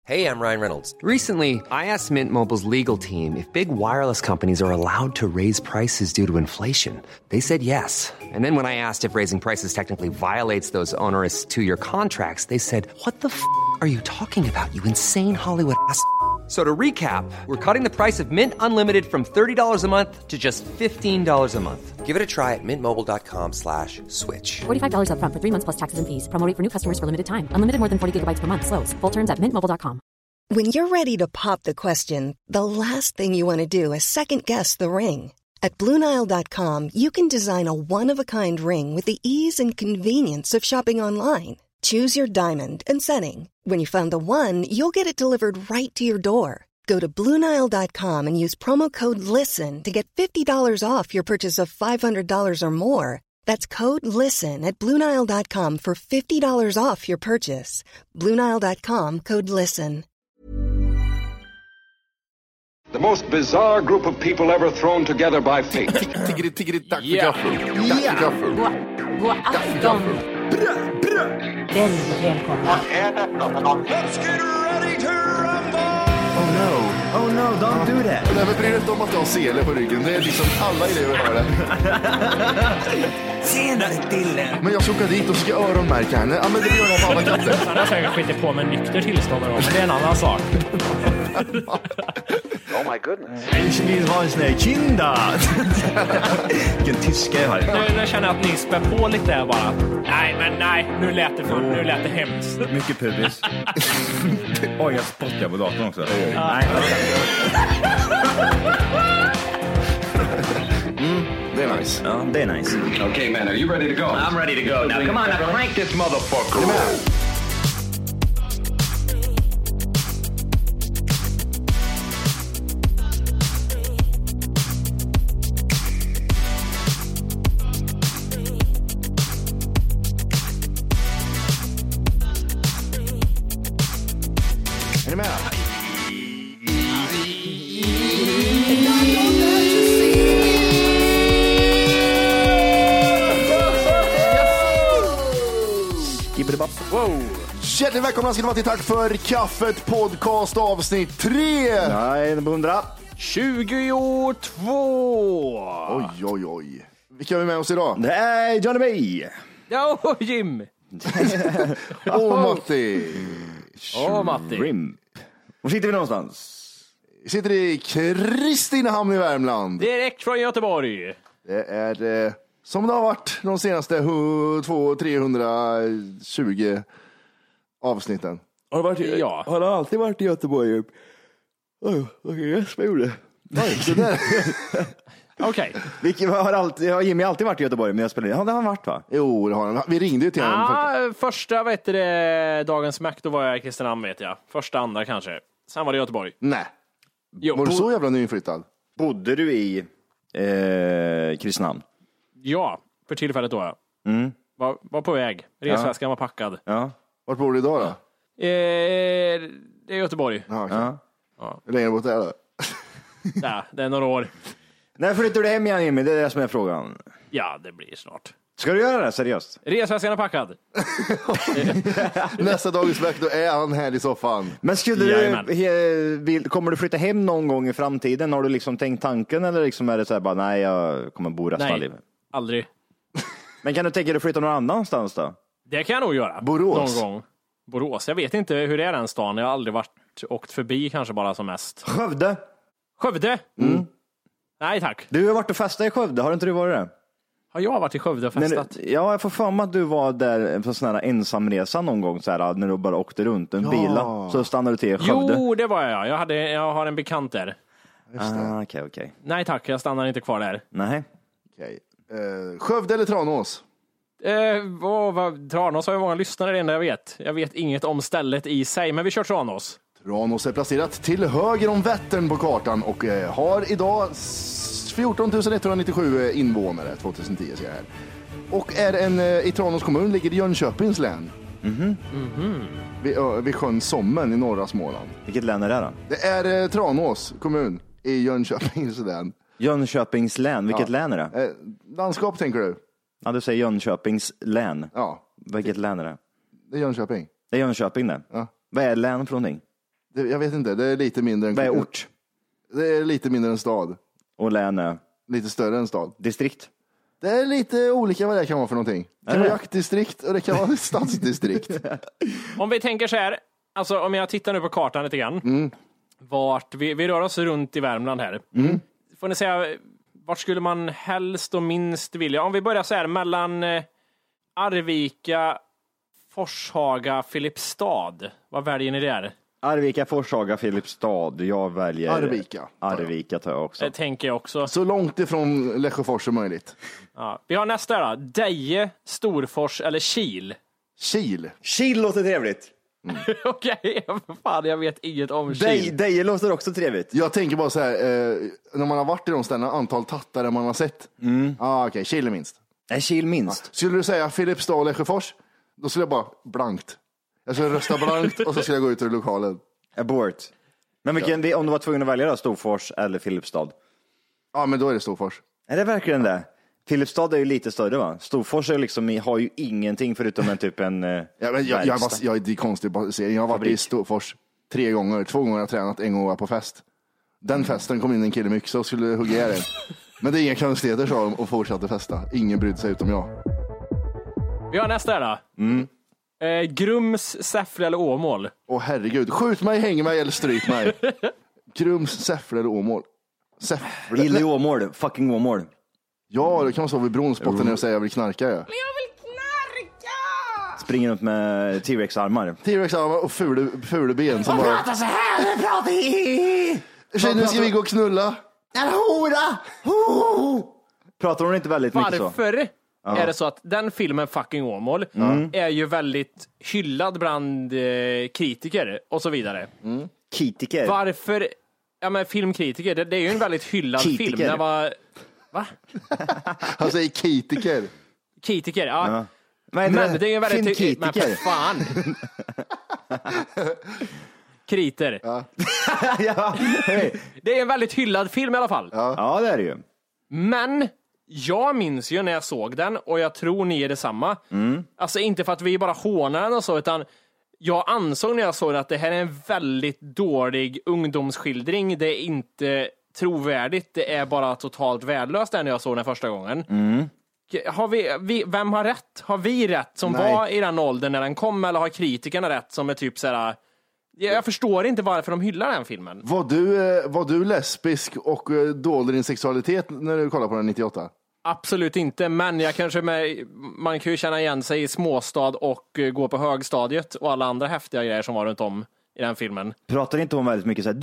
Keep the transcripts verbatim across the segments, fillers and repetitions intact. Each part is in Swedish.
Hey, I'm Ryan Reynolds. Recently, I asked Mint Mobile's legal team if big wireless companies are allowed to raise prices due to inflation. They said yes. And then when I asked if raising prices technically violates those onerous two-year contracts, they said, what the f*** are you talking about, you insane Hollywood ass f- So to recap, we're cutting the price of Mint Unlimited from thirty dollars a month to just fifteen dollars a month. Give it a try at mintmobile.com slash switch. forty-five dollars up front for three months plus taxes and fees. Promo rate for new customers for limited time. Unlimited more than forty gigabytes per month. Slows full terms at mint mobile dot com. When you're ready to pop the question, the last thing you want to do is second-guess the ring. At Blue Nile dot com, you can design a one-of-a-kind ring with the ease and convenience of shopping online. Choose your diamond and setting. When you find the one, you'll get it delivered right to your door. Go to Blue Nile dot com and use promo code LISTEN to get fifty dollars off your purchase of five hundred dollars or more. That's code LISTEN at Blue Nile dot com for fifty dollars off your purchase. Blue Nile dot com, code LISTEN. The most bizarre group of people ever thrown together by fate. Tiggeri, tiggeri, tack för gaffel. Tack för gaffel. God afton. Väldigt välkomna. Let's get ready to rumble! Oh no, oh no, don't do that. Nej, men bryr dig inte om att du har sele på ryggen. Det är liksom alla elever har det. Senare Dille. Men jag ska åka dit och ska öronmärka henne. Ja, men det gör jag på alla katter. Han har säkert skitit på med nykter tillstånd, men det är en annan sak. Oh my goodness. Ich vill ha en sån här kinda. Vilken tyska jag har. Nu, nu känner jag att ni spär på lite där bara. Nej, men nej. Nu lät det, för, nu lät det hemskt. Mycket pubis. Oj, jag spottar på datorn också. Nej. Mm, det är nice. Ja, det är nice. Okay, man, are you ready to go? I'm ready to go. Now, come on, now crank this motherfucker. Är ni med? Wow. Hjärtligt välkomna ska ni vara till Tack för kaffet podcast avsnitt tre. Nej, hundra. tjugotvå. Oj, oj, oj. Vilka har vi med oss idag? Det är Johnny B. Ja, Jim. Åh, Matti. Åh, Matti. Rim. Var sitter vi någonstans? Vi sitter i Kristinehamn i Värmland. Direkt från Göteborg. Det är eh, som det har varit de senaste två trehundratjugo avsnitten. Har det, varit i, Ja. har det alltid varit i Göteborg? Oj, okej, jag spelade. Nej, det där. Okej. Vilket har alltid, har Jimmy alltid varit i Göteborg, men jag spelade. Ja, det har han varit, va? Jo, det har han. Vi ringde ju till honom. Ja, första vet du det, dagens Mac, då var jag i Kristinehamn, vet jag. Första, andra kanske. Sen var det Göteborg. Nej. Jo, Var du bo- så jävla nyinflyttad? Bodde du i eh, Kristinehamn? Ja, för tillfället då. Ja. Mm. Var, var på väg. Resväskan var packad. Ja. Vart bor du idag då? Eh, det är Göteborg. Ja, okej. Ja. Hur länge har du bott där då? Ja, det är några år. När flyttar du hem igen, Jimmy? Det är det som är frågan. Ja, det blir snart. Ska du göra det seriöst? Resväskan är packad. Nästa dagens veck då är han här i soffan. Men skulle Jajamän. du, he, vill, kommer du flytta hem någon gång i framtiden? Har du liksom tänkt tanken, eller liksom är det så här bara, nej, jag kommer bo resten av Nej, livet? aldrig. Men kan du tänka dig att flytta någon annanstans då? Det kan jag nog göra. Borås? Någon gång. Borås. Jag vet inte hur det är den stan. Jag har aldrig varit åkt förbi, kanske bara som mest. Skövde? Skövde? Mm. Nej, tack. Du har varit och festat i Skövde, har inte du varit det? Har jag varit i Skövde och festat? Men, ja, jag får för mig att du var där på sån här ensamresa någon gång, så här, när du bara åkte runt en Ja. bila, så stannade du till i Skövde. Jo, det var jag. Jag, hade, jag har en bekant där. Ah, okej, okej. Nej tack, jag stannar inte kvar där. Nej. Okej. Eh, Skövde eller Tranås? Eh, vad, vad, Tranås har ju många lyssnare, det enda jag vet. Jag vet inget om stället i sig, men vi kör Tranås. Tranås är placerat till höger om Vättern på kartan och eh, har idag fjorton tusen etthundranittiosju invånare tjugohundratio ska jag här. Och är en, eh, i Tranås kommun ligger i Jönköpings län. Mhm. Mhm. Vid, ö, vid sjön Sommen i norra Småland. Vilket län är det då? Det är eh, Tranås kommun i Jönköpings län. Jönköpings län, vilket Ja. län är det? Eh, landskap tänker du? Ja, du säger Jönköpings län. Ja, Vilket län är det? det är Jönköping. Det är Jönköping det. Ja. Vad är län för någonting? Det, jag vet inte, det är lite mindre än... Vad är ort? Det är lite mindre än stad. Och län är? Lite större än stad. Distrikt? Det är lite olika vad det kan vara för någonting. Det kan vara jaktdistrikt och det kan vara stadsdistrikt. Om vi tänker så här, alltså om jag tittar nu på kartan lite grann. Mm. Vart, vi, vi rör oss runt i Värmland här. Mm. Får ni säga, vart skulle man helst och minst vilja? Om vi börjar så här, mellan eh, Arvika, Forshaga, Filipstad. Vad väljer ni där? Arvika, Forshaga, Filipstad. Jag väljer Arvika. Arvika tar jag också. Det tänker jag också. Så långt ifrån Lesjöfors som möjligt. Ja. Vi har nästa då. Deje, Storfors eller Kil? Kil. Kil låter trevligt. Mm. Okej, okay. Fan, jag vet inget om Kil. Deje, Deje låter också trevligt. Jag tänker bara så här, eh, när man har varit i de ställena, antal tattare man har sett. Mm. Ah, okej, okay. Kil är minst. Nej, Kil minst. Ja. Skulle du säga Filipstad och Lesjöfors, då skulle jag bara blankt. Jag skulle rösta blankt och så skulle jag gå ut ur lokalen. Abort. Men vilken, ja. Om du var tvungen att välja då, Storfors eller Filipstad? Ja, men då är det Storfors. Är det verkligen det? Filipstad är ju lite större, va? Storfors är liksom, har ju ingenting förutom en typ en ja, men jag, jag, var, jag, det är konstigt basering. Jag har varit Fabrik. i Storfors tre gånger. Två gånger har jag tränat, en gång var jag på fest. Den mm. festen kom in en kille med yxa och skulle hugga ihjäl. Men det är inga konstigheter, sa de, och fortsatte festa. Ingen brydde sig utom jag. Vi har nästa här då. Mm. Eh, Grums, Säffle eller Åmål? Åh herregud, skjut mig, häng mig eller stryk mig. Grums, Säffle eller Åmål? Säffle. Gillar i Åmål, fucking Åmål. Ja, det kan man stå vid bronspotten mm. och säga jag vill knarka. Ja. Men jag vill knarka! Springer runt med T-Rex-armar. T-Rex-armar och fula, fula ben som bara... pratar så här, pratar i... Nu ska vi gå och knulla. En hora! Ho! Pratar hon inte väldigt mycket så? Varför är det så att den filmen Fucking Åmål mm. är ju väldigt hyllad bland eh, kritiker och så vidare. Mm. Kritiker? Varför... Ja, men filmkritiker, det, det är ju en väldigt hyllad kritiker. film. Den var... Va? Han säger kritiker. Kritiker, ja. ja. Men, men det är ju en väldigt... Ty- men för fan. Kriter. Ja. ja. Det är en väldigt hyllad film i alla fall. Ja, ja det är det ju. Men jag minns ju när jag såg den, och jag tror ni är detsamma. Mm. Alltså inte för att vi bara hånar den och så, utan jag ansåg när jag såg att det här är en väldigt dålig ungdomsskildring. Det är inte trovärdigt. Det är bara totalt värdelöst när jag såg den första gången. Mm. Har vi, vi, vem har rätt? Har vi rätt som Nej. var i den åldern när den kom, eller har kritikerna rätt som är typ såhär... Jag förstår inte varför de hyllar den filmen. Var du, var du lesbisk och dolde din sexualitet när du kollade på den nittioåtta? Absolut inte, men jag kanske med, man kan ju känna igen sig i småstad och gå på högstadiet och alla andra häftiga grejer som var runt om i den filmen. Pratar inte hon väldigt mycket så här?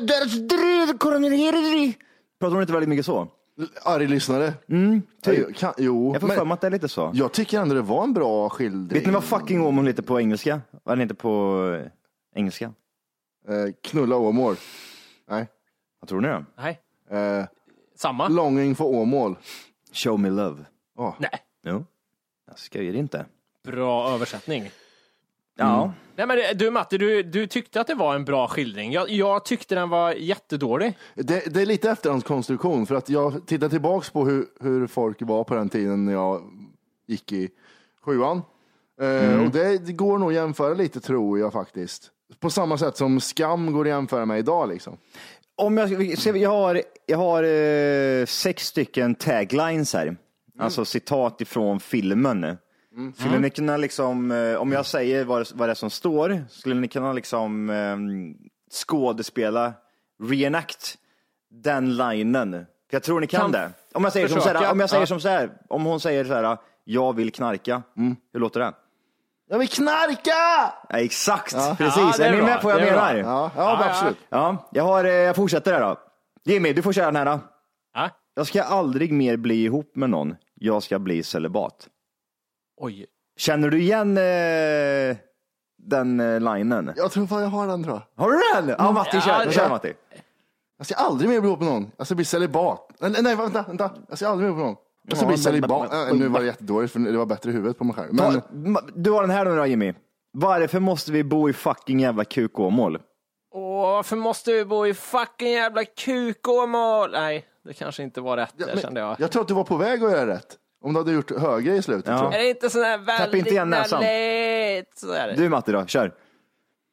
Pratar hon inte väldigt mycket så? Arg lyssnare. Mm, typ. jag, kan, jo, jag får för mig att det är lite så. Jag tycker ändå det var en bra skildring. Vet ni vad fucking Åmål lite på engelska? Var det inte på engelska? Eh, knulla Åmål. Nej. Vad tror ni då? Nej. Eh, Samma. Longing for Åmål. Show me love. Oh. Nej. Jo. Jag skojar inte. Bra översättning. Ja. Mm. Nej, men du Matte, du, du tyckte att det var en bra skildring. Jag, jag tyckte den var jättedålig. Det, det är lite efterhandskonstruktion, för att jag tittar tillbaks på hur, hur folk var på den tiden när jag gick i sjuan. Mm. Uh, och det, det går nog att jämföra lite, tror jag faktiskt. På samma sätt som Skam går att jämföra med idag liksom. Om jag, jag har, jag har eh, sex stycken taglines här. Mm. Alltså citat ifrån filmen. Mm. Skulle ni kunna liksom, eh, om jag säger vad, vad det är som står, skulle ni kunna liksom eh, skådespela, reenact den linen? För jag tror ni kan, kan det. Om jag säger som så här, om jag säger ja. som så här, om hon säger så här, jag vill knarka. Mm. Hur låter det? Jag vill knarka! Ja, exakt, ja. precis. Ja, är, är ni med på vad jag menar? Ja, ja, ja, absolut. Ja, jag, har, jag fortsätter här då. Jimmy, du får köra den här då. Ja. Jag ska aldrig mer bli ihop med någon. Jag ska bli celibat. Oj. Känner du igen eh, den eh, linen? Jag tror fan jag har den, tror jag. Har du den? Ja, Matti, kör. Ja, kör Matti. Jag ska aldrig mer bli ihop med någon. Jag ska bli celibat. Nej, nej vänta, vänta. Jag ska aldrig mer ihop med någon. Jag ska bli celibat. Äh, nu var det jättedåligt, för det var bättre i huvudet på mig själv. Men... Du har den här nu då, Jimmy. Varför måste vi bo i fucking jävla kukåmål? Åh, varför måste vi bo i fucking jävla kukåmål? Nej, det kanske inte var rätt, ja, det kände jag. Jag tror att du var på väg att göra rätt. Om du hade gjort högre i slutet. Ja. Tror jag. Är det inte sån här väldigt inte igen näsan. Väldigt, så är det. Du Matti då, kör.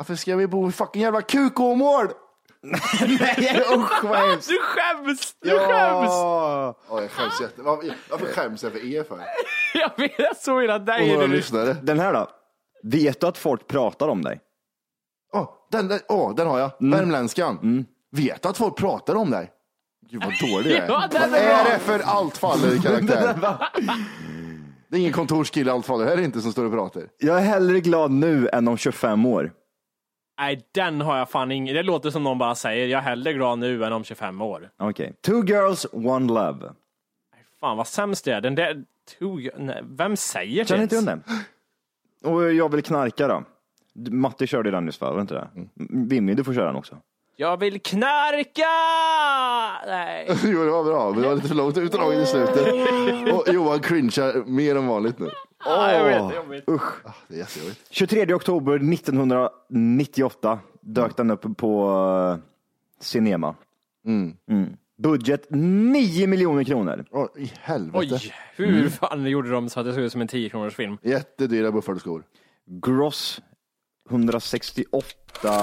Varför ska vi bo i fucking jävla kukåmål? Nej, usch vad hemskt. Du skäms! Du Ja. skäms! Ja, jag skäms jätte... Varför, varför skäms jag för er för? Jag vet så illa Och dig. några är du- lyssnare. Den här då? Vet du att folk pratar om dig? Åh, den, den, åh, den har jag. Värmländskan. Vet att folk pratar om dig? Gud vad dålig jag är. Ja, den är Vad är bra. det för allt faller karaktär? Det är ingen kontorskille allt faller. Här är inte som står och pratar. Jag är hellre glad nu än om tjugofem år. Nej, den har jag fan ingen. Det låter som någon bara säger, jag är hellre glad nu än om tjugofem år. Okej. Okay. Two girls, one love. Fan vad sämst det är. Den där tog... Nej, vem säger Känner inte ens? du den? Och jag vill knarka då. Matti körde den nyss, var det inte det? Mm. Vimmy, du får köra den också. Jag vill knarka! Nej. Jo, det var bra. Men det var lite för långt utdraget i slutet. Och Johan cringear mer än vanligt nu. Ah, jag vet, jag vet. Usch. Ah, det är jättejobbigt. tjugotredje oktober nittonhundranittioåtta dök den upp på uh, Cinema. Mm. Mm. Budget nio miljoner kronor. Åh, i helvete. Oj, hur fan gjorde de så att det såg ut som en tio kronors film? Jättedyra buffelskor. Gross hundrasextioåtta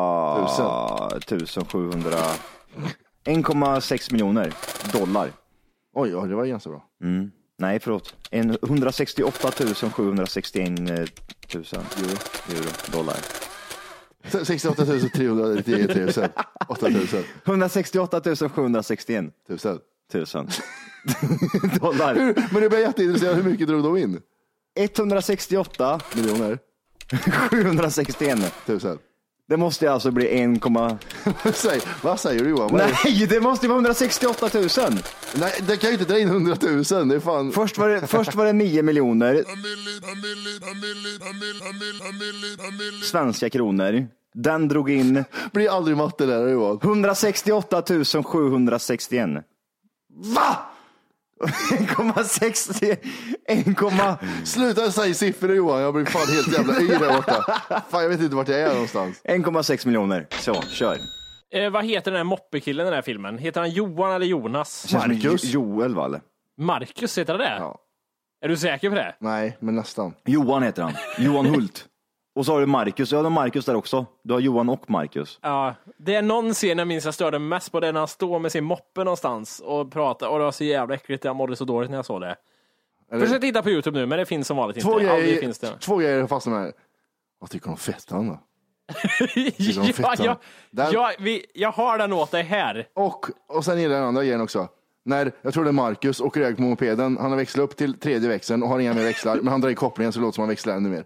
tusen sjuhundra en komma sex miljoner dollar. Oj, ja, det var ganska bra. Mm. Nej, förlåt. En hundrasextioåtta tusen sjuhundrasextioen tusen euro, euro, dollar. sextioåtta tusen trehundratio tusen. åtta tusen. hundrasextioåtta tusen sjuhundrasextioen Tusen. tusen dollar. Hur, men det blir jätteintresserad. Hur mycket drog de in? etthundrasextioåtta Miljoner. sjuhundrasextioen. Tusen. Det måste alltså bli en, Säg, vad säger du Johan? Vad är det? nej, det måste vara hundrasextioåtta tusen. Nej, det kan ju inte dra in hundratusen. Det är fan... Först var det, först var det nio miljoner svenska kronor. Den drog in Blir aldrig mattelärare Johan. hundrasextioåtta tusen sjuhundrasextioen. Va? en komma sextio en, Sluta säga siffror Johan. Jag blir fan helt jävla yr där borta. Fan, jag vet inte vart jag är någonstans. en komma sex miljoner. Så, kör. Eh, vad heter den här moppekillen i den här filmen? Heter han Johan eller Jonas? Marcus. Jo- Joel, va? Eller? Marcus heter det? Ja. Är du säker på det? Nej, men nästan. Johan heter han. Johan Hult. Och så har du Marcus. Ja, du har Marcus där också. Du har Johan och Marcus. Ja, det är någon scen jag minns jag störde mest på, det när han står med sin moppe någonstans och pratar, och det var så jävla äckligt, jag mådde så dåligt när jag såg det. Eller... Försök titta på YouTube nu, men det finns som vanligt Två inte. Aldrig grejer, finns det. två grejer jag fastnar med. Vad tycker du om fettan då? ja, fettan? ja, Den- ja, vi, jag har den åt dig här. Och, och sen gillar den andra grejen också. När, jag tror det är Marcus, åker iväg på mopeden. Han har växlat upp till tredje växeln och har inga mer växlar. Men han drar i kopplingen så det låter som han växlar ännu mer.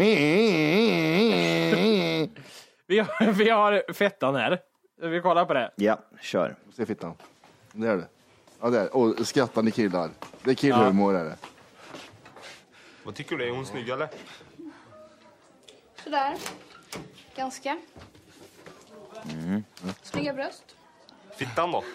Vi har, vi har fettan här. Vi kollar på det. Ja, kör. Se fittan. Det är det. Ja, det är det. Och skrattande killar. Det är killhumor är det. Vad tycker du? Är hon snygg eller? Sådär. Ganska. Mm. Snygga bröst. Fittan då?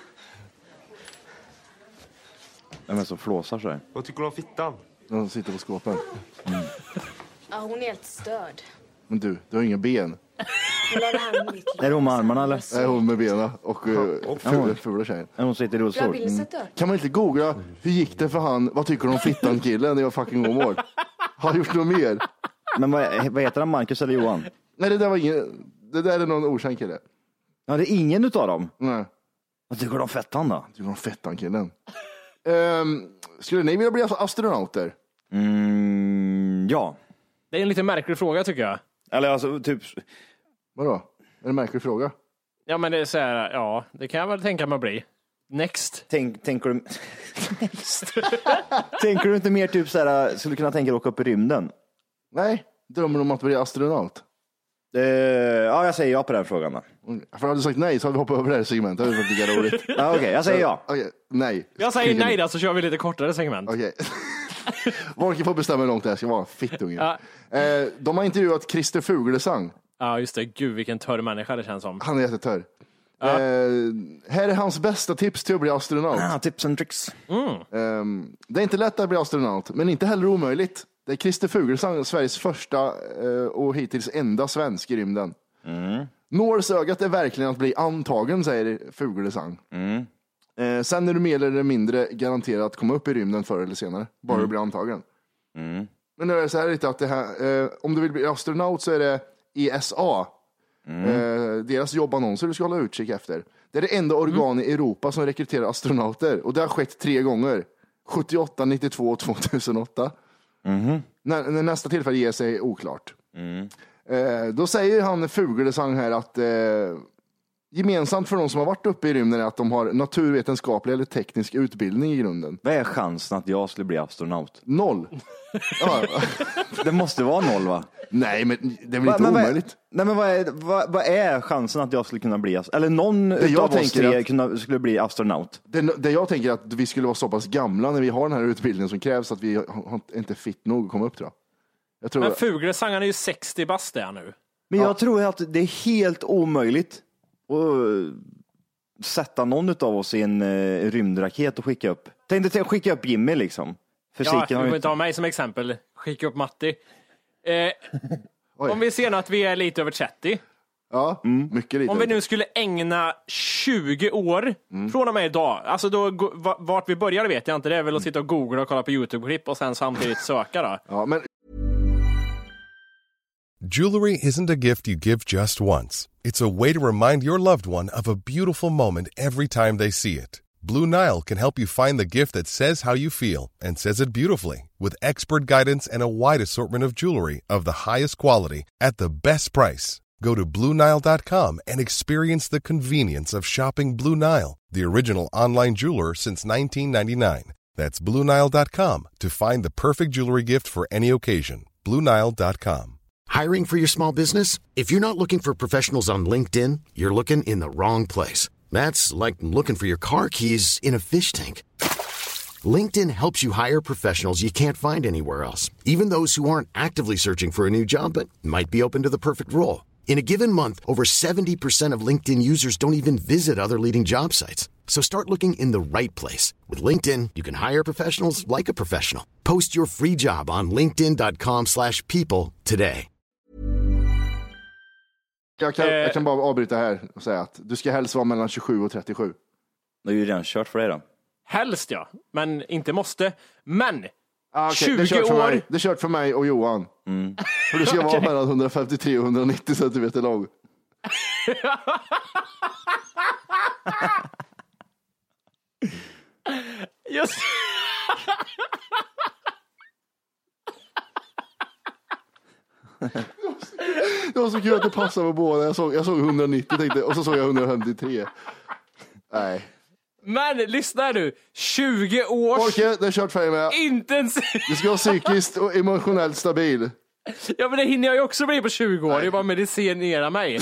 Vem är det som flåsar så här? Vad tycker du om fittan? De sitter på skåpen. Ja, hon är helt störd. Men du, du har inga ben. Hon har det här med mitt Är det hon med armarna eller? Är hon med benen och uh, fula, fula tjejen. Är hon sitter i rullstol? Jag vill sätta upp. Kan man inte googla, hur gick det för han, vad tycker du om fittan killen? Det var fucking omål. Har han gjort något mer? Men vad, vad heter han, Marcus eller Johan? Nej, det där var ingen, det där är någon okänd kille. Ja, det är ingen utav dem. Nej. Vad tycker du om fettan då? Tycker du om fettan killen? Um, skulle ni vilja bli astronauter? Mm, ja. Det är en lite märklig fråga tycker jag. Eller alltså typ... Vadå? Är det en märklig fråga? Ja, men det är så här, ja, det kan jag väl tänka mig bli. Next. Tänk, tänker du... Next. Tänker du inte mer typ så här, skulle du kunna tänka dig åka upp i rymden? Nej, drömmer du om att bli astronaut? Uh, ja, jag säger ja på den frågan då. För hade du sagt nej så hade vi hoppat över det här segmentet. Det hade varit lika roligt. Ja, okej, okay, jag säger ja. Okay, nej. Jag säger nej då, så kör vi lite kortare segment. Okej. Okay. Volker får bestämma hur långt det här ska vara. Fittunge. Ja. Eh, de har intervjuat Christer Fuglesang. Ja, just det. Gud, vilken törr människa det känns som. Han är jättetörr. Ja. Eh, här är hans bästa tips till att bli astronaut. Ah, tips and tricks. Mm. Eh, det är inte lätt att bli astronaut, men inte heller omöjligt. Det är Christer Fuglesang, Sveriges första eh, och hittills enda svensk i rymden. Mm. Nålsögat är verkligen att bli antagen, säger Fuglesang. Mm. Eh, sen är du mer eller mindre garanterad att komma upp i rymden förr eller senare. Bara Mm. du blir antagen. Mm. Men nu är det så här lite att det här, eh, om du vill bli astronaut så är det E S A. Mm. Eh, deras jobbannonser du ska hålla utkik efter. Det är det enda organ mm. i Europa som rekryterar astronauter. Och det har skett tre gånger. sjuttioåtta, nittiotvå och tvåtusenåtta. Mm. När, när nästa tillfälle ger sig oklart. Mm. Eh, då säger han Fuglesang här att eh, gemensamt för de som har varit uppe i rymden är att de har naturvetenskaplig eller teknisk utbildning i grunden. Vad är chansen att jag skulle bli astronaut? Noll. Ja. Det måste vara noll, va? Nej, men det är väl inte men, omöjligt. Nej, men vad är, vad, vad är chansen att jag skulle kunna bli astronaut? Eller någon av oss tre att, kunna, skulle bli astronaut? Det, det jag tänker är att vi skulle vara så pass gamla när vi har den här utbildningen som krävs att vi har inte fit nog att komma upp, tror jag. jag tror men Fuglesang är ju sextio bast där nu. Men jag ja. tror att det är helt omöjligt att sätta någon av oss i en uh, rymdraket och skicka upp. Tänkte till att skicka upp Jimmy liksom. Fysiken ja, du behöver inte ha mig som exempel. Skicka upp Matti. Eh, om vi ser att vi är lite över trettio. Ja, mm. mycket lite. Om vi nu skulle ägna tjugo år mm. från och med idag. Alltså då, vart vi började vet jag inte. Det är väl att sitta och googla och kolla på YouTube-klipp och sen samtidigt söka då. Ja, men... Jewelry isn't a gift you give just once. It's a way to remind your loved one of a beautiful moment every time they see it. Blue Nile can help you find the gift that says how you feel and says it beautifully with expert guidance and a wide assortment of jewelry of the highest quality at the best price. Go to Blue Nile dot com and experience the convenience of shopping Blue Nile, the original online jeweler since nineteen ninety-nine. That's Blue Nile dot com to find the perfect jewelry gift for any occasion. Blue Nile dot com. Hiring for your small business? If you're not looking for professionals on LinkedIn, you're looking in the wrong place. That's like looking for your car keys in a fish tank. LinkedIn helps you hire professionals you can't find anywhere else, even those who aren't actively searching for a new job but might be open to the perfect role. In a given month, over seventy percent of LinkedIn users don't even visit other leading job sites. So start looking in the right place. With LinkedIn, you can hire professionals like a professional. Post your free job on linkedin dot com slash people today. Jag kan, jag kan bara avbryta här och säga att du ska helst vara mellan tjugosju och trettiosju. Det är ju redan kört för dig då. Helst ja, men inte måste. Men ah, okay. tjugo det år. Mig. Det är kört för mig och Johan. Mm. För du ska okay. vara mellan hundrafemtiotre och hundranittio centimeter lång. Just det var så kul att det passade på båda. Jag såg, jag såg hundranittio tänkte, och så såg jag hundrafemtiotre. Nej. Men lyssna nu. tjugo år. Orke, det är kört för mig. Intensivt. Du ska vara psykiskt och emotionellt stabil. Ja, men det hinner jag ju också bli på tjugo år. Nej. Det är bara medicinera mig.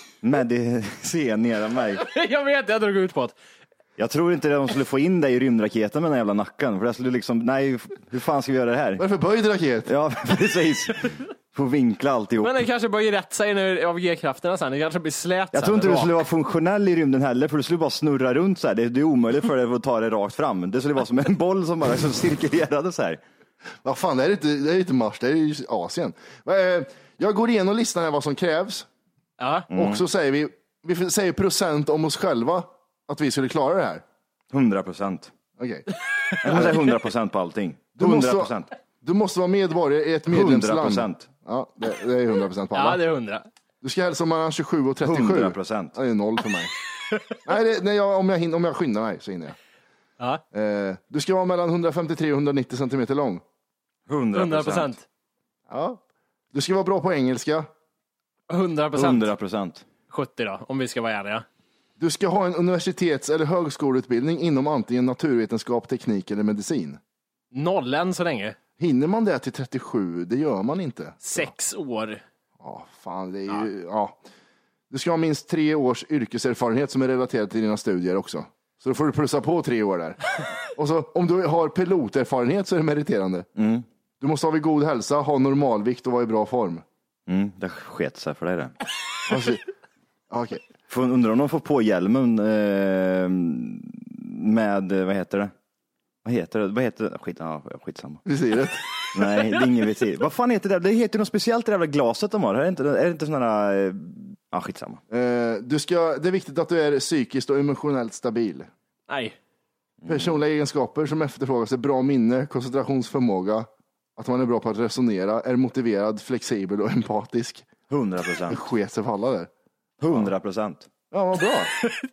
Medicinera mig. Jag vet, jag drog ut på det. Jag tror inte att de skulle få in dig i rymdraketen med den jävla nacken. För det skulle liksom, nej, hur fan ska vi göra det här? Varför böjd raket? Ja, precis. Få vinkla alltihop. Men det kanske böjer rätt sig nu av G-krafterna sen. Det kanske blir slät. Jag tror inte du skulle vara funktionell i rymden heller. För du skulle bara snurra runt så här. Det, det är omöjligt för dig att ta det rakt fram. Det skulle vara som en boll som bara som cirkulerade så här. Vad fan, det är inte, det är inte Mars, det är ju Asien. Jag går igenom listan här vad som krävs. Ja. Mm. Och så säger vi, vi säger procent om oss själva att vi skulle klara det här. hundra procent. Okej. Okay. Jag måste säga hundra procent på allting. hundra procent. Du, du måste vara medborgare i ett medlemsland. hundra procent. Ja, det, det är hundra procent på alla. Ja, det är hundra. Du ska hälsa mellan tjugosju och trettiosju. hundra procent. Det är noll för mig. Nej, det, nej jag, om, jag hinner, om jag skyndar mig så hinner jag. Ja. Eh, du ska vara mellan hundrafemtiotre och hundranittio centimeter lång. hundra procent. Ja. Du ska vara bra på engelska. hundra procent. hundra procent. sjuttio då, om vi ska vara ärliga. Du ska ha en universitets- eller högskoleutbildning inom antingen naturvetenskap, teknik eller medicin. Noll än så länge. Hinner man det till trettiosju? Det gör man inte. Sex år. Ja, fan, det är ju... Ja. Ja. Du ska ha minst tre års yrkeserfarenhet som är relaterad till dina studier också. Så då får du plussa på tre år där. Och så om du har piloterfarenhet så är det meriterande. Mm. Du måste ha vid god hälsa, ha normalvikt och vara i bra form. Mm, det sket sig för dig det. Alltså, okej. Okay. Undrar om de får på hjälmen eh, med, vad heter det? Vad heter det? Vad heter det? Skit, ja, skitsamma. Visiret? Nej, det är ingen visir. Vad fan heter det? Det heter något speciellt det där glaset de har. Är det inte, är det inte sådana där... Ja, skitsamma. Eh, du ska, det är viktigt att du är psykiskt och emotionellt stabil. Nej. Personliga egenskaper som efterfrågas är bra minne, koncentrationsförmåga, att man är bra på att resonera, är motiverad, flexibel och empatisk. hundra procent. Det sket sig för alla där. Hundra procent. Ja, vad bra.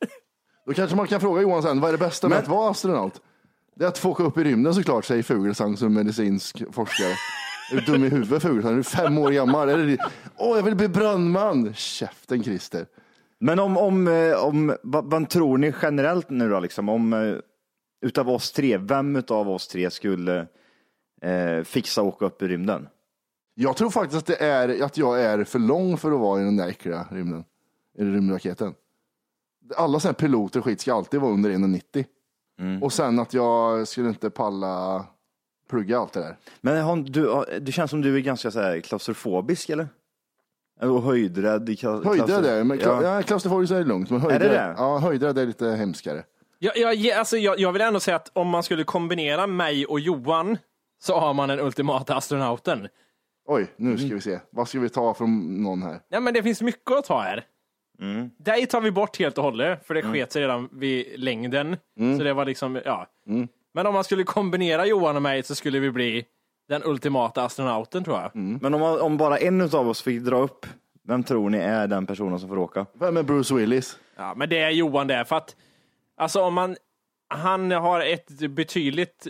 Då kanske man kan fråga Johan sen, vad är det bästa med Men- att vara astronaut? Det är att få åka upp i rymden såklart, säger Fuglesang som medicinsk forskare. Är du dum i huvudet, Fuglesang? Du är fem år gammal. Åh, oh, jag vill bli brandman. Käften, Christer. Men om, om, eh, om vad, vad tror ni generellt nu då, liksom, om eh, utav oss tre, vem utav oss tre skulle eh, fixa och åka upp i rymden? Jag tror faktiskt att det är att jag är för lång för att vara i den där äckliga rymden. I rymdraketen. Alla sådana piloter och skit ska alltid vara under en komma nittio. Mm. Och sen att jag skulle inte palla plugga allt det där. Men hon, du, det känns som du är ganska så här klaustrofobisk, eller? Och höjdrädd. Höjdrädd är men ja. Ja, klaustrofobisk är lugnt. Men höjdrädd, är det det? Ja, höjdrädd är lite hemskare. Jag, jag, alltså, jag, jag vill ändå säga att om man skulle kombinera mig och Johan så har man den ultimata astronauten. Oj, nu ska vi se. Vad ska vi ta från någon här? Ja, men det finns mycket att ta här. Mm. Dig tar vi bort helt och hållet, för det mm. sket sig redan vid längden. Mm. Så det var liksom, ja. Mm. Men om man skulle kombinera Johan och mig så skulle vi bli den ultimata astronauten, tror jag. Mm. Men om, om bara en av oss fick dra upp, vem tror ni är den personen som får åka? Vem är Bruce Willis? Ja, men det är Johan där, för att alltså om man, han har ett betydligt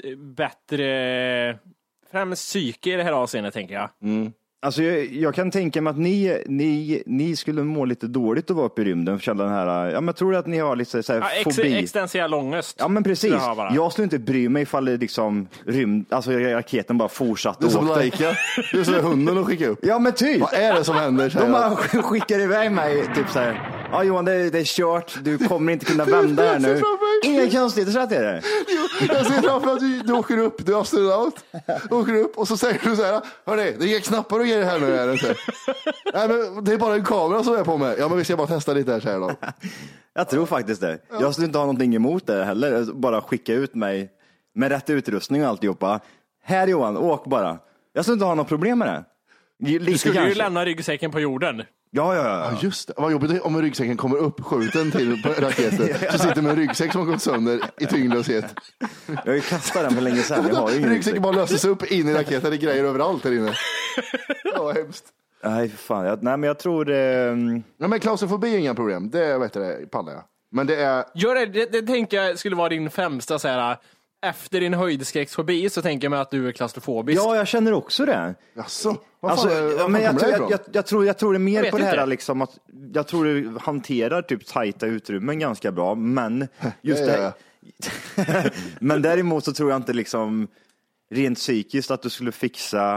bättre främst psyke i det här avseendet, tänker jag. Mm. Alltså jag, jag kan tänka mig att ni, ni, ni skulle må lite dåligt att vara uppe i rymden, för den här, ja, men jag tror att ni har lite så här ja, ex, fobi. Existentiell ångest. Ja, men precis. Jag, jag skulle inte bry mig ifall det liksom rymd, alltså raketen bara fortsatte. Du är som Laika. Du är som hunden att skicka upp. Ja, men typ. Vad är det som händer? De bara skickar iväg mig typ så här. Ja, Johan, det, det är kört. Du kommer inte kunna vända här nu. Inga konstigheter, så att det är det. Jo, jag ser framför att du, du åker upp, du är astronaut. Du åker upp och så säger du så här: hörni, det är knappar och grejer här nu. Är det inte? Nej, men det är bara en kamera som är på mig. Ja, men vi ska bara testa lite här, säger de. Jag tror faktiskt det. Jag skulle inte ha någonting emot det heller. Bara skicka ut mig med rätt utrustning och alltihopa. Här Johan, åk bara. Jag skulle inte ha något problem med det. Lite du skulle kanske. Ju lämna ryggsäcken på jorden. Ja, ja, ja. Ja, just det. Vad jobbigt om ryggsäcken kommer upp skjuten till på raketen. ja. Så sitter med en ryggsäck som har gått sönder i tyngdlöshet. Jag har ju kastat den för länge sedan. Jag har ingen ryggsäcken bara löses upp in i raketen. Det är grejer överallt där inne. Ja, hemskt. Nej, fan. Jag, nej, men jag tror det... Nej, men klaustrofobi är inga problem. Det vet jag, pallar jag. Men det är... Gör det, det, det tänker jag skulle vara din främsta så här... Efter din höjdskräcksfobi så tänker jag mig att du är klaustrofobisk. Ja, jag känner också det. Jaså? Alltså, fan, men jag, tror, jag, jag, jag, tror, jag tror det är mer på det här inte. liksom att jag tror du hanterar typ tajta utrymmen ganska bra, men just ja, det. Ja, ja. Men däremot så tror jag inte liksom rent psykiskt att du skulle fixa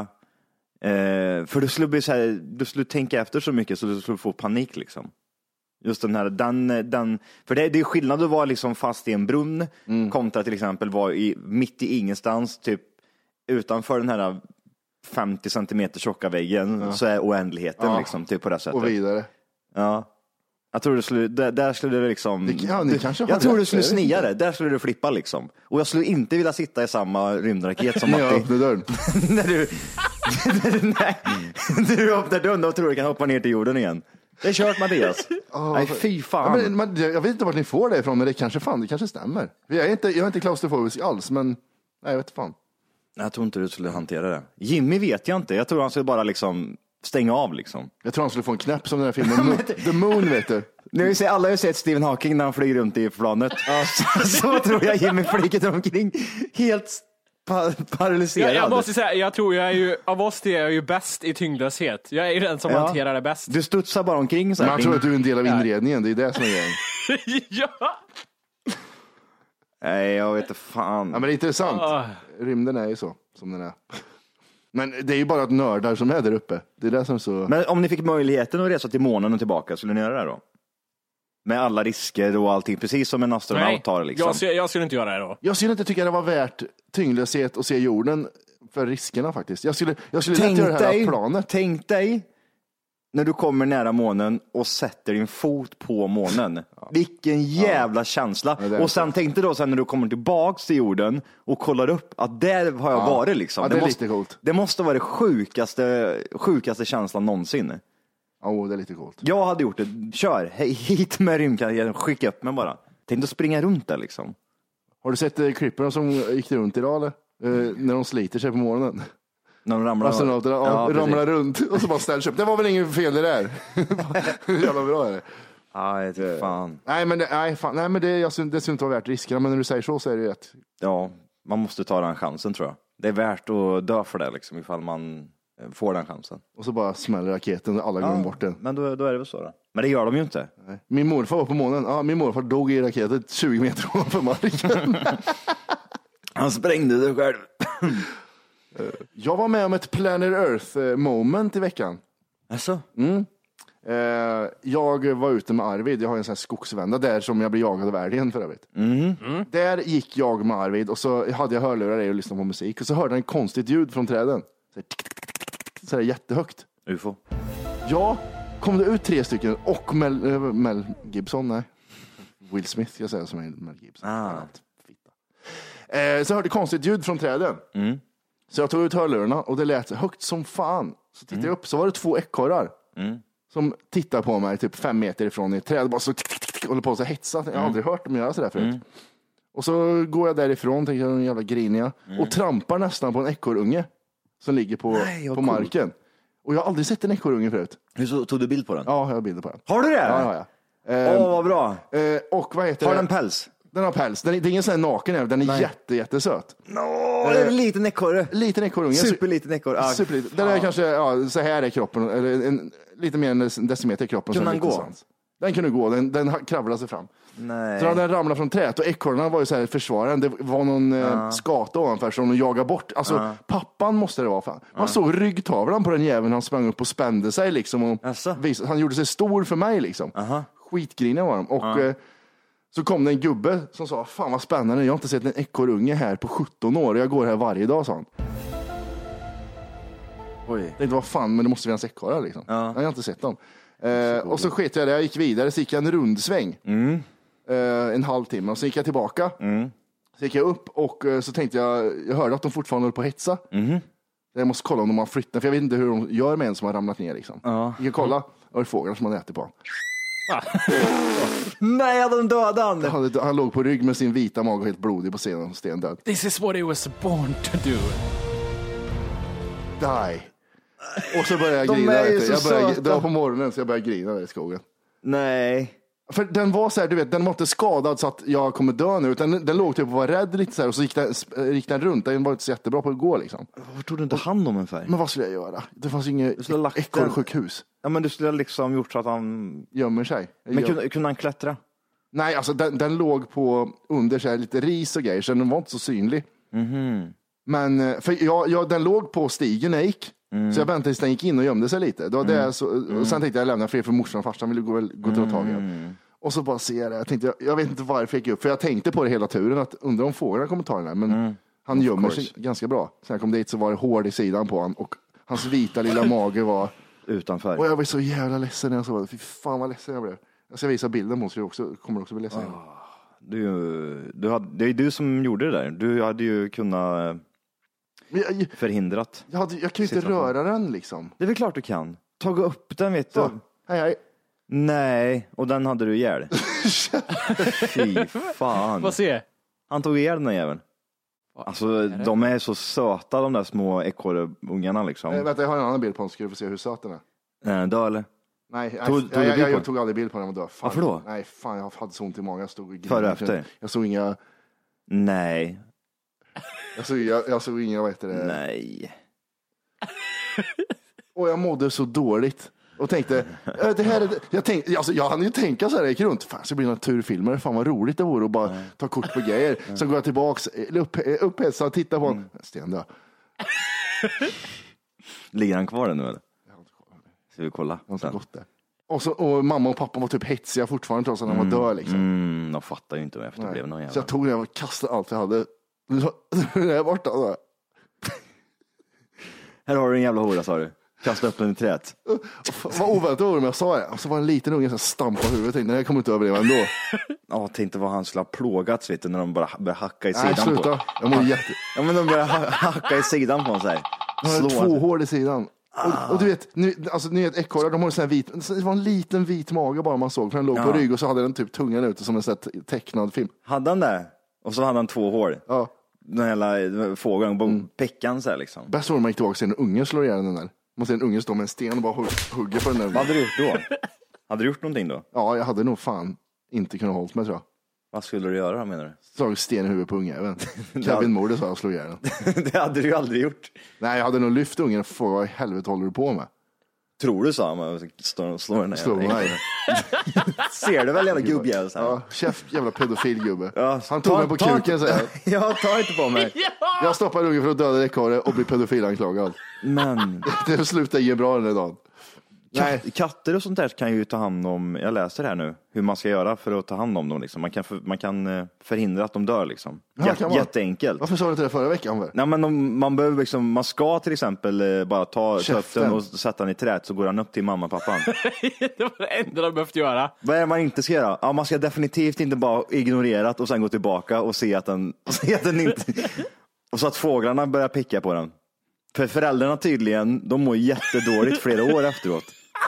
eh, för du skulle bli så här, du skulle tänka efter så mycket så du skulle få panik liksom. Just den här, den, den, för det, det är skillnad att vara liksom fast i en brunn mm. kontra till exempel vara i, mitt i ingenstans, typ utanför den här femtio centimeter tjocka väggen, ja. Så är oändligheten ja. Liksom, typ på det sättet. Och vidare. Ja. Jag tror du skulle, där, där skulle du liksom, det, ja, du, kanske jag tror du skulle snia det, där skulle du flippa liksom. Och jag skulle inte vilja sitta i samma rymdraket som Matti. När jag öppnar dörren. när du, när du, nej, när du öppnar dörren och tror du kan hoppa ner till jorden igen. Det är kört, Mattias. Oh, nej, fy fan. Ja, men, man, jag vet inte vart ni får det ifrån, men det kanske fan, det kanske stämmer. Jag är inte, jag är inte klaustrofobisk alls, men nej, jag vet fan. Jag tror inte du skulle hantera det. Jimmy vet jag inte. Jag tror han skulle bara liksom stänga av liksom. Jag tror han skulle få en knäpp som den här filmen Mo- The Moon, vet du. Nu ser alla har ju sett Stephen Hawking när han flyger runt i planet. Ja, så, så tror jag Jimmy flyger omkring helt pa- paralyserad. Jag, jag måste säga, jag tror jag är ju, av oss det är jag ju bäst i tyngdlöshet. Jag är ju den som ja. hanterar det bäst. Du studsar bara omkring så här. Man tror att du är en del av inredningen, det är det som är grejen. Ja. Nej, jag vet inte fan. Ja, men det är intressant. Oh. Rymden är ju så, som den är. Men det är ju bara att nördar som är där uppe. Det är det som är så... Men om ni fick möjligheten att resa till månen och tillbaka, skulle ni göra det då? Med alla risker och allting, precis som en astronaut har liksom. jag, skulle, jag skulle inte göra det då. Jag skulle inte tycka det var värt tyngdlöshet och se jorden för riskerna faktiskt. Jag skulle, jag skulle tänk lätt göra det här dig, planet. Tänk dig när du kommer nära månen och sätter din fot på månen. Ja. Vilken jävla ja. känsla. Ja, och sen tänkte då sen när du kommer tillbaks till jorden och kollar upp att där har jag ja. varit liksom. Ja, det, det, är måste, lite coolt. Det måste vara det sjukaste, sjukaste känslan någonsin. Ja, oh, det är lite coolt. Jag hade gjort det. Kör, hej, hit med rymdkarriären, skicka upp mig bara. Tänk att springa runt där liksom. Har du sett eh, klipparna som gick runt idag eller? Eh, när de sliter sig på morgonen. När de ramlar, astronauterna ja, ramlar runt och så bara ställs upp. Det var väl ingen fel det där. Jävla bra är det. Nej, det fan. Nej, men det, nej, fan, nej, men det, jag, det skulle inte vara värt riskerna, men när du säger så så är det rätt. Ja, man måste ta den chansen tror jag. Det är värt att dö för det liksom, ifall man får den chansen. Och så bara smäller raketen och alla glömmer ja, bort den. Men då, då är det väl så då. Men det gör de ju inte. Nej. Min morfar var på månen. Ja, min morfar dog i raketen tjugo meter ovanför marken. Han sprängde det själv. Jag var med om ett Planet Earth moment i veckan. Alltså? Mm. Jag var ute med Arvid. Jag har en sån här skogsvända där som jag blir jagad av älgen för övrigt. Mm. Mm. Där gick jag med Arvid och så hade jag hörlurar i och lyssnade på musik. Och så hörde jag en konstigt ljud från träden. Så här, tick, tick, tick, tick, så här jättehögt. U F O. Ja, kom det ut tre stycken och Mel, äh, Mel Gibson, nej. Will Smith, jag säger som är Mel Gibson. Ah. Eh, så jag hörde konstigt ljud från träden. Mm. Så jag tog ut hörlurarna och det lät högt som fan. Så tittade mm. jag upp, så var det två ekorrar. Mm. Som tittar på mig typ fem meter ifrån i ett träd. Bara så tick, tick, tick, håller på att hetsa. Jag har mm. aldrig hört dem göra sådär förut. Mm. Och så går jag därifrån, tänker jag, de jävla griniga. Mm. Och trampar nästan på en ekorrunge. Som ligger på, Nej, på cool. marken. Och jag har aldrig sett en ekorrunge förut. Hur så, tog du bild på den? Ja, jag har bilder på den. Har du det? Ja, ja, ja. Åh, Eh, oh, vad bra. eh, och vad heter har det? den päls? Den har päls. Den är, det är ingen sån här naken, den är Nej. jätte, jättesöt. No, det är en liten ekorre. Liten ekorrunge. Superliten ekorre. Ah, Superliten. Den är kanske, ja, så här är kroppen, eller en, lite mer än en decimeter i kroppen. Kunde den gå? Svans. Den kunde gå, den, den kravlade sig fram. Nej. Så den ramlade från träet och ekorrarna var ju så här försvararen. Det var någon ah. eh, skata ovanför som de jagade bort. Alltså ah. pappan måste det vara fan. Man ah. såg ryggtavlan på den jäveln, han sprang upp och spände sig liksom. Och vis, han gjorde sig stor för mig liksom. Aha. Skitgriniga var de. Och ah. eh, så kom det en gubbe som sa, fan vad spännande, jag har inte sett en ekorrunge här på sjutton år och jag går här varje dag, sa han. Oj. Det inte var fan, men det måste finnas ekorrar liksom. Ja. Jag har inte sett dem. Eh, och så sket jag det, jag gick vidare, så gick jag en rundsväng. Mm. Eh, en halvtimme och så gick jag tillbaka. Mm. Så gick jag upp och eh, så tänkte jag, jag hörde att de fortfarande håller på att hetsa. Mm. Jag måste kolla om de har flyttat, för jag vet inte hur de gör med en som har ramlat ner liksom. Ja. Jag gick och kolla, och det var fåglar som hade ätit på. Nej, de dödade han. han. Han låg på rygg med sin vita mage helt blodig på scenen, stendöd. This is what he was born to do. Die. Och så började jag De grina. är ju Vet så jag började, söta. det var på morgonen så jag började grina där i skogen. Nej. För den var så här, du vet, den var inte skadad så att jag kommer dö nu, utan den, den låg typ och var rädd lite så här, och så gick den, gick den runt. Den var inte så jättebra på att gå liksom. Varför tog du inte hand om en färg? Men vad skulle jag göra? Det fanns ju inget ekorrsjukhus. Ja, men du skulle liksom gjort så att han gömmer sig. Men Göm... kunde, kunde han klättra? Nej, alltså den, den låg på under så här, lite ris och grejer, så den var inte så synlig. Mm-hmm. Men för jag, jag, den låg på stigen när jag gick. Mm. Så jag väntade tills den gick in och gömde sig lite. Då mm. det, så, och sen tänkte jag lämna fred för morsan och farsan ville gå, gå och ta tag i den. Och så bara ser jag det. Jag, tänkte, jag, jag vet inte varför jag gick upp. För jag tänkte på det hela turen att undra om fåglarna kommer ta den här. Men mm. han of gömmer course. sig ganska bra. Sen jag kom dit så var det hård i sidan på han. Och hans vita lilla mage var utanför. Och jag var så jävla ledsen när jag såg det. Fy fan vad ledsen jag blev. Jag ska visa bilden på så jag också, kommer också bli ledsen. Oh. Du, du hade, det är du som gjorde det där. Du hade ju kunnat jag, förhindrat. Jag, hade, jag kan ju inte röra den liksom. Det är väl klart du kan. Ta upp den, vet så. du. Hej hej. Nej, och den hade du ihjäl. Fy fan. Vad ser? Han tog ihjäl den här jäveln. Alltså, är de är så söta, de där små ekorrungarna liksom. Äh, vänta, jag har en annan bild på den, ska du få se hur söt den är. Är den död eller? Nej, tog, jag, tog jag, jag, jag, jag tog aldrig bild på den och död. Fan. Varför då? Nej, fan, jag hade så ont i magen. Jag stod och före efter? Jag såg inga... Nej. Jag såg, jag, jag såg inga, vad heter det? Nej. Och jag mådde så dåligt. Och tänkte, det här är det. Jag, tänkte, alltså, jag hade ju tänka så här, jag gick runt. Fan, så blir det naturfilmer. Fan vad roligt det vore att bara mm. ta kort på grejer. Mm. Så går jag tillbaks, upp, upphetsad och tittar på honom. Mm. Stendö. Ligger han kvar nu eller? Jag har inte kvar det. Ska vi kolla? Jag har inte gått det. Och, så, och mamma och pappa var typ hetsiga fortfarande trots att de var mm. död liksom. Mm, de fattar ju inte vad efter det blev någon jävla. Så jag tog det och kastade allt jag hade. Det är borta då. Här har du en jävla hora, sa du. Kasta upp den i träet. Vad oväntat var det, men jag sa det. Och så var en liten unge som stampade på huvudet. Tänkte, jag kommer inte överleva ändå. Ja, tänkte vad han skulle ha plågats, vet du, när de bara började hacka i sidan. Nej, sluta. På. Jag mår jätte... Ja, men de började hacka i sidan på honom så här. Han hade två hål i sidan. Ah. Och, och du vet, nu, alltså, ni vet ekorrar, de har en sån här vit, det var en liten vit mage bara man såg. För den låg ja. på rygg och så hade den typ tungan ute som en sån tecknad film. Hade han det? Och så hade han två hål. Ja. Den hela fågeln, bara mm. peckan så här liksom. Bäst var det man gick tillbaka och en unge slår ihjäl den där. Man ser en unge stå med en sten och bara hugger på den där. Vad hade du gjort då? Hade du gjort någonting då? Ja, jag hade nog fan inte kunnat hålla mig tror jag. Vad skulle du göra menar du? Slagit sten i huvudet på ungjäveln. Kevin Moore sa jag slog ihjäl den. Det hade du ju aldrig gjort. Nej, jag hade nog lyft ungen och frågat vad i helvete håller du på med? Tror du så? Man står och slår den Slår mig. Ser du väl jävla gubbjävel? Ja, chef jävla pedofilgubbe. Ja, Han tog ta- mig på ta- kuken säger jag. Ja, ta inte på mig. Jag stoppade ungen för att döda ekorre och bli pedofilanklagad. Men Det slutade ge bra den där dagen. Nej. katter och sånt där kan ju ta hand om, jag läser här nu, hur man ska göra för att ta hand om dem. Liksom. Man, kan för, man kan eh, förhindra att de dör. Liksom. Ja, Jät, kan man. jätteenkelt. Varför sa du inte det förra veckan? För? Nej, men om, man, behöver liksom, man ska till exempel eh, bara ta Käften. kötten och sätta den i träet så går han upp till mamma och pappan. Det var det enda de behövt göra. Vad är det man inte ska göra? Ja, man ska definitivt inte bara ignorera det och sen gå tillbaka och se att den, och se att den inte... Och så att fåglarna börjar picka på den. För föräldrarna tydligen, de mår jättedåligt flera år efteråt.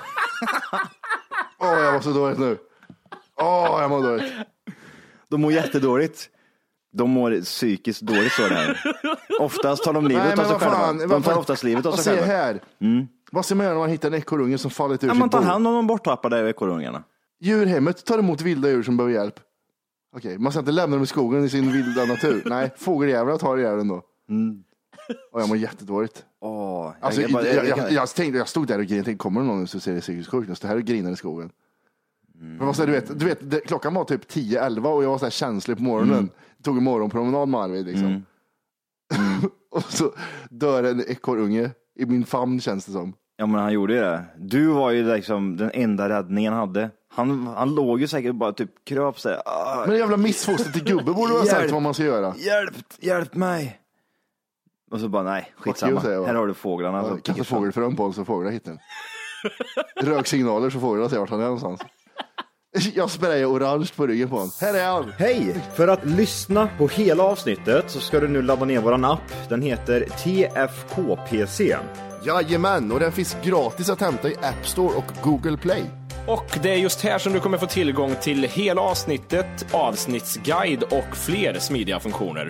Åh, oh, jag var så dåligt nu. Åh, oh, jag mår dåligt. De mår jättedåligt. De mår psykiskt dåligt så det här. Oftast tar de livet av sig själva. De tar oftast livet av sig själva. Vad säger här? Mm. Vad ska man göra när man hittar en ekorrunge som fallit ur ja, sitt man tar bo? hand om de borttappade ekorrungarna. Djurhemmet tar emot vilda djur som behöver hjälp. Okej, okay, man ska inte lämna dem i skogen i sin vilda natur. Nej, fågeljävlar tar ihjäl den då. Mm. Och jag mår jättedåligt. Oh, alltså, jag, jag, jag, jag, jag, tänkte, jag stod där och grinade. Kommer det någon som ser det psykiskt sjukt? Jag stod här och grinade i skogen. Mm. Men vad säger du vet, du vet det, klockan var typ tio elva och jag var så här känslig på morgonen. Mm. Jag tog en morgonpromenad med Arvid liksom. Mm. Mm. Och så dör en ekorrunge i min famn känns det som. Ja men han gjorde ju det. Du var ju liksom den enda räddningen han hade. Han, han låg ju säkert bara typ kröp sig. Men det jävla missfoster till gubbe borde ha sagt vad man ska göra. Hjälp, hjälp mig. Och så bara nej, skitsamma. You, här har du fåglarna. Ja, kasta fågelfrön på så fåglar hittar den. Röksignaler så fåglarna ser vart han är någonstans. Jag sprayar orange på ryggen på honom. Här är han! Hej! För att lyssna på hela avsnittet så ska du nu ladda ner våran app. Den heter T F K P C. Jajamän, och den finns gratis att hämta i App Store och Google Play. Och det är just här som du kommer få tillgång till hela avsnittet, avsnittsguide och fler smidiga funktioner.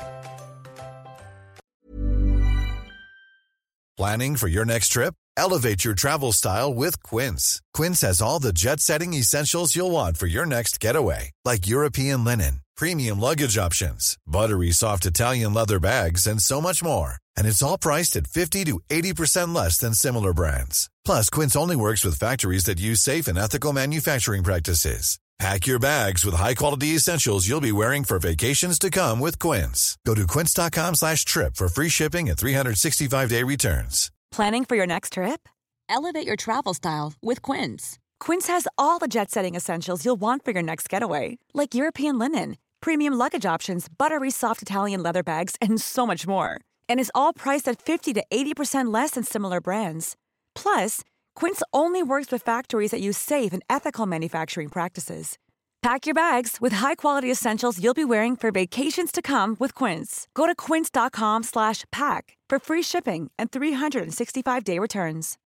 Planning for your next trip? Elevate your travel style with Quince. Quince has all the jet-setting essentials you'll want for your next getaway, like European linen, premium luggage options, buttery soft Italian leather bags, and so much more. And it's all priced at fifty to eighty percent less than similar brands. Plus, Quince only works with factories that use safe and ethical manufacturing practices. Pack your bags with high-quality essentials you'll be wearing for vacations to come with Quince. Go to quince.com slash trip for free shipping and three sixty-five day returns. Planning for your next trip? Elevate your travel style with Quince. Quince has all the jet-setting essentials you'll want for your next getaway, like European linen, premium luggage options, buttery soft Italian leather bags, and so much more. And is all priced at fifty to eighty percent less than similar brands. Plus, Quince only works with factories that use safe and ethical manufacturing practices. Pack your bags with high-quality essentials you'll be wearing for vacations to come with Quince. Go to quince.com slash pack for free shipping and three sixty-five day returns.